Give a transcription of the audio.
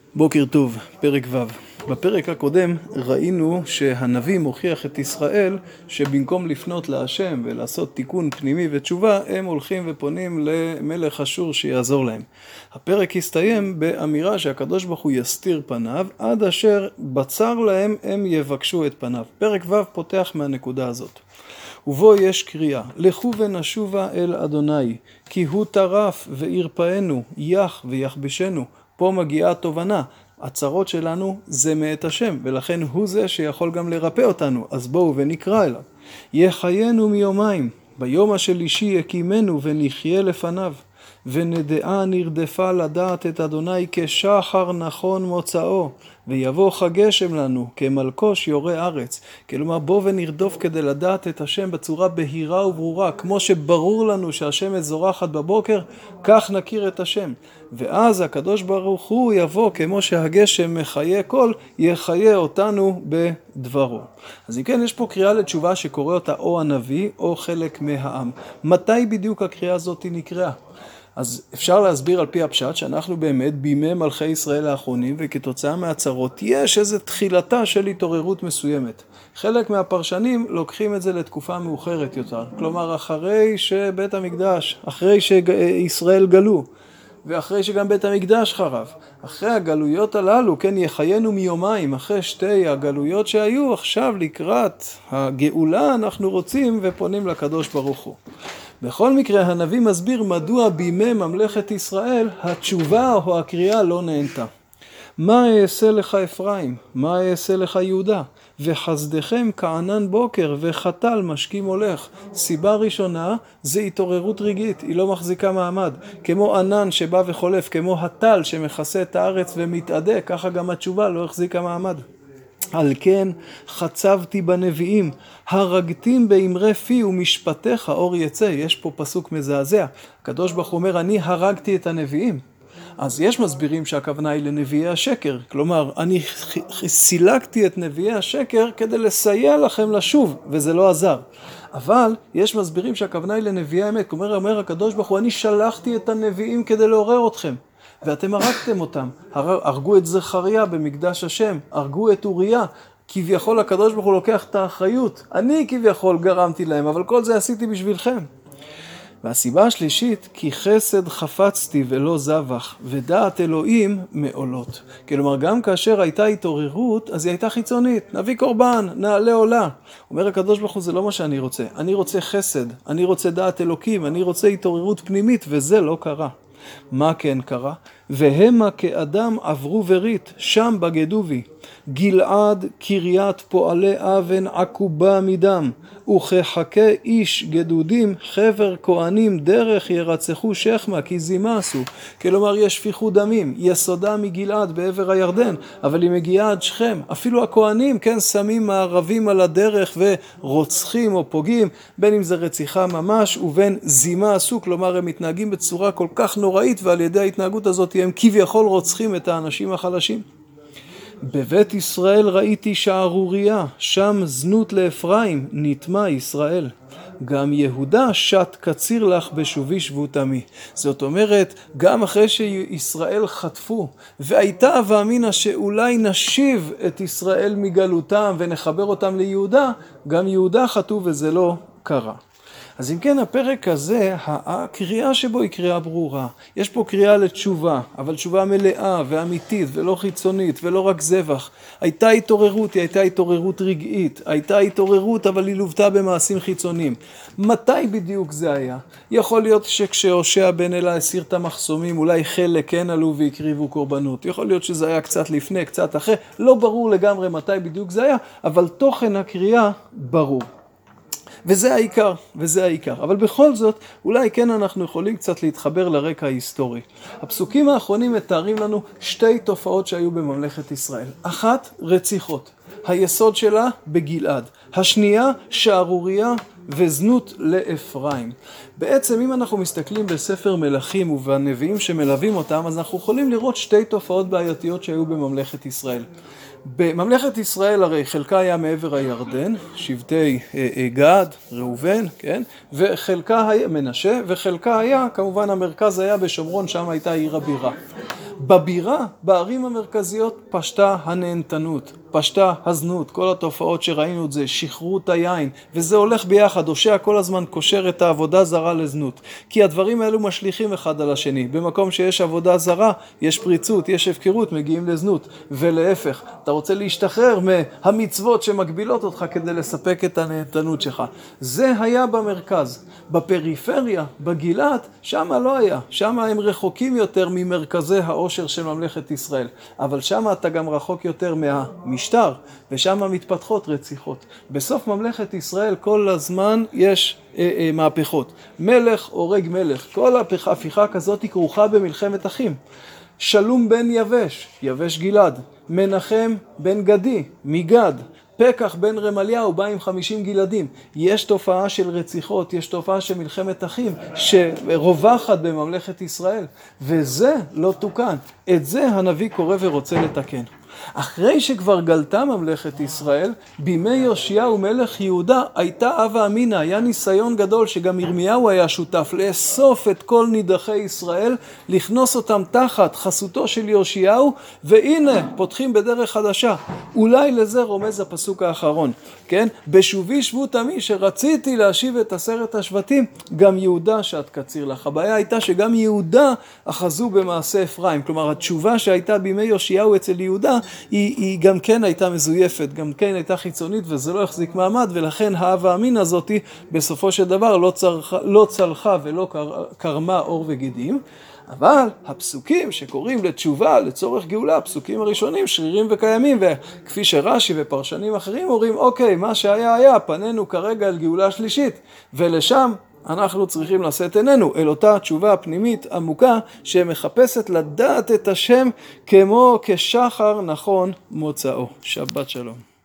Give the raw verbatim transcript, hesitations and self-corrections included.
בוקר טוב, פרק ו'. בפרק הקודם ראינו שהנביא מוכיח את ישראל שבמקום לפנות להשם ולעשות תיקון פנימי ותשובה, הם הולכים ופונים למלך אשור שיעזור להם. הפרק הסתיים באמירה שהקדוש ברוך הוא יסתיר פניו, עד אשר בצר להם הם יבקשו את פניו. פרק ו' פותח מהנקודה הזאת. ובו יש קריאה, לכו ונשובה אל אדוני, כי הוא טרף וירפאנו, יח ויחבשנו. פה מגיעה התובנה, הצרות שלנו זה מאת השם, ולכן הוא זה שיכול גם לרפא אותנו, אז בואו ונקרא אליו. יחיינו מיומיים, ביום השלישי יקימנו ונחיה לפניו, ונדעה נרדפה לדעת את אדוני כשחר נכון מוצאו, ויבוא חגשם לנו כמלקוש יורה ארץ. כלומר בוא ונרדוף כדי לדעת את השם בצורה בהירה וברורה, כמו שברור לנו שהשם זורחת בבוקר, כך נכיר את השם. ואז הקדוש ברוך הוא יבוא כמו שהגשם מחיה כל, יחיה אותנו בדברו. אז אם כן, יש פה קריאה לתשובה שקורא אותה או הנביא או חלק מהעם. מתי בדיוק הקריאה הזאת נקראה? אז אפשר להסביר על פי הפשט שאנחנו באמת בימי מלכי ישראל האחרונים, וכתוצאה מהצרות יש איזו תחילתה של התעוררות מסוימת. חלק מהפרשנים לוקחים את זה לתקופה מאוחרת יותר, כלומר אחרי שבית המקדש, אחרי שישראל גלו, ואחרי שגם בית המקדש חרב. אחרי הגלויות הללו, כן, יחיינו מיומיים, אחרי שתי הגלויות שהיו, עכשיו לקראת הגאולה אנחנו רוצים ופונים לקדוש ברוך הוא. בכל מקרה, הנביא מסביר מדוע בימי ממלכת ישראל התשובה או הקריאה לא נענתה. מה אעשה לך אפרים? מה אעשה לך יהודה? וחסדכם כענן בוקר וחתל משקים הולך. סיבה ראשונה זה התעוררות רגעית, היא לא מחזיקה מעמד. כמו ענן שבא וחולף, כמו הטל שמכסה את הארץ ומתעדה, ככה גם התשובה לא החזיקה מעמד. על כן חצבתי בנביאים, הרגתים באמרי פי ומשפטיך אור יצא. יש פה פסוק מזעזע. הקדוש ברוך הוא אומר, אני הרגתי את הנביאים. אז יש מסבירים שהכוונה היא לנביאי השקר. כלומר, אני סילקתי את נביאי השקר כדי לסייע לכם לשוב, וזה לא עזר. אבל יש מסבירים שהכוונה היא לנביאי האמת. כלומר, אומר הקדוש ברוך הוא, אני שלחתי את הנביאים כדי לעורר אתכם. ואתם הרגתם אותם. הרגו את זכריה במקדש השם, הרגו את אוריה. כביכול הקדוש ברוך הוא לוקח את האחריות. אני כביכול גרמתי להם, אבל כל זה עשיתי בשבילכם. והסיבה השלישית, כי חסד חפצתי ולא זבח, ודעת אלוהים מעולות. כלומר, גם כאשר הייתה התעוררות, אז היא הייתה חיצונית. נביא קורבן, נעלה עולה. אומר הקדוש ברוך הוא, זה לא מה שאני רוצה. אני רוצה חסד, אני רוצה דעת אלוקים, אני רוצה התעוררות פנימית, וזה לא קרה. מה כן קרה? והמה כאדם עברו ורית, שם בגדו בי. גלעד קריית פועלי אבן עקובה מדם, וכחכה איש גדודים חבר כהנים דרך ירצחו שכמה, כי זימה עשו. כלומר, יש שפיכות דמים, יסודה מגלעד בעבר הירדן, אבל היא מגיעה עד שכם. אפילו הכהנים, כן, שמים מערבים על הדרך ורוצחים או פוגעים, בין אם זה רציחה ממש ובין זימה עשו, כלומר הם מתנהגים בצורה כל כך נוראית, ועל ידי ההתנהגות הזאת הם כביכול רוצחים את האנשים החלשים. בבית ישראל ראיתי שערוריה, שם זנות לאפרים, נטמע ישראל. גם יהודה שת קציר לך בשובי שבות עמי. זאת אומרת, גם אחרי שישראל חטפו, והייתה ואמינה שאולי נשיב את ישראל מגלותם ונחבר אותם ליהודה, גם יהודה חטאו וזה לא קרה. אז אם כן, הפרק הזה, הקריאה שבו היא קריאה ברורה. יש פה קריאה לתשובה, אבל תשובה מלאה ואמיתית ולא חיצונית ולא רק זבח. הייתה התעוררות, היא הייתה התעוררות רגעית. הייתה התעוררות, אבל היא לוותה במעשים חיצוניים. מתי בדיוק זה היה? יכול להיות שכשהושע בן אלה הסיר את המחסומים, אולי חלק כן עלו והקריבו קורבנות. יכול להיות שזה היה קצת לפני, קצת אחרי. לא ברור לגמרי מתי בדיוק זה היה, אבל תוכן הקריאה ברור. וזה העיקר, וזה העיקר. אבל בכל זאת, אולי כן אנחנו יכולים קצת להתחבר לרקע ההיסטורי. הפסוקים האחרונים מתארים לנו שתי תופעות שהיו בממלכת ישראל. אחת, רציחות. היסוד שלה בגלעד. השנייה, שערוריה וזנות לאפרים. בעצם אם אנחנו מסתכלים בספר מלכים ובנביאים שמלווים אותם, אז אנחנו יכולים לראות שתי תופעות בעייתיות שהיו בממלכת ישראל. בממלכת ישראל הרי חלקה היה מעבר הירדן, שבטי גד, ראובן, כן? וחלקה היה מנשה, וחלקה היה, כמובן המרכז היה בשומרון, שם הייתה עיר הבירה. בבירה, בערים המרכזיות, פשטה הנהנתנות, פשטה הזנות, כל התופעות שראינו את זה, שחרות היין, וזה הולך ביחד, הושע כל הזמן קושר את העבודה זרה לזנות, כי הדברים האלו משליכים אחד על השני, במקום שיש עבודה זרה, יש פריצות, יש הפקרות, מגיעים לזנות, ולהפך, אתה רוצה להשתחרר מהמצוות שמגבילות אותך כדי לספק את הנהנתנות שלך. זה היה במרכז. בפריפריה, בגילת, שמה לא היה, שמה הם רחוקים יותר ממרכזי העושר של ממלכת ישראל, אבל שמה אתה גם רחוק יותר מהמשטר, ושמה מתפתחות רציחות. בסוף ממלכת ישראל כל הזמן יש אה, אה, מהפכות. מלך הורג מלך, כל ההפיכה כזאת היא כרוכה במלחמת אחים. שלום בן יבש, יבש גלעד, מנחם בן גדי, מגד, פקח בן רמליהו בא עם חמישים גלעדים. יש תופעה של רציחות, יש תופעה של מלחמת אחים שרווחת בממלכת ישראל, וזה לא תוקן. את זה הנביא קורא ורוצה לתקן. אחרי שכבר גלתה ממלכת ישראל, בימי יאשיהו מלך יהודה הייתה הווה אמינא, היה ניסיון גדול שגם ירמיהו היה שותף, לאסוף את כל נידחי ישראל, לכנוס אותם תחת חסותו של יאשיהו, והנה פותחים בדרך חדשה. אולי לזה רומז הפסוק האחרון, כן? בשובי שבות עמי, שרציתי להשיב את עשרת השבטים, גם יהודה שת קציר לך. הבעיה הייתה שגם יהודה אחזו במעשה אפרים, כלומר התשובה שהייתה בימי יאשיהו אצל יהודה, היא, היא גם כן הייתה מזויפת, גם כן הייתה חיצונית, וזה לא החזיק מעמד, ולכן ההווה אמינא הזאת בסופו של דבר לא, צלחה, לא צלחה ולא קרמה אור וגידים. אבל הפסוקים שקוראים לתשובה לצורך גאולה, הפסוקים הראשונים שרירים וקיימים, וכפי שרש"י ופרשנים אחרים אומרים, אוקיי, מה שהיה היה, פנינו כרגע על גאולה שלישית, ולשם אנחנו צריכים לשאת עינינו אל אותה תשובה פנימית עמוקה שמחפשת לדעת את השם כמו כשחר נכון מוצאו. שבת שלום.